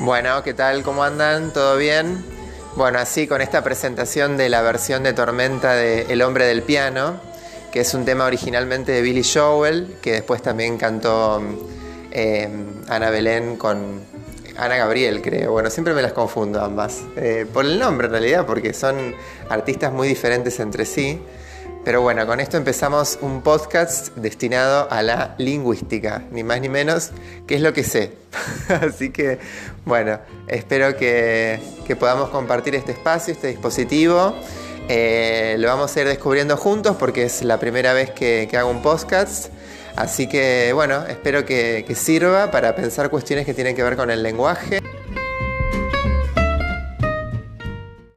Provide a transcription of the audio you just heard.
Bueno, ¿qué tal? ¿Cómo andan? ¿Todo bien? Bueno, así con esta presentación de la versión de Tormenta de El hombre del piano, que es un tema originalmente de Billy Joel, que después también cantó Ana Belén con Ana Gabriel, creo. Bueno, siempre me las confundo ambas. Por el nombre en realidad, porque son artistas muy diferentes entre sí. Pero bueno, con esto empezamos un podcast destinado a la lingüística, ni más ni menos, que es lo que sé. Así que, bueno, espero que podamos compartir este espacio, este dispositivo. Lo vamos a ir descubriendo juntos porque es la primera vez que hago un podcast. Así que, bueno, espero que sirva para pensar cuestiones que tienen que ver con el lenguaje.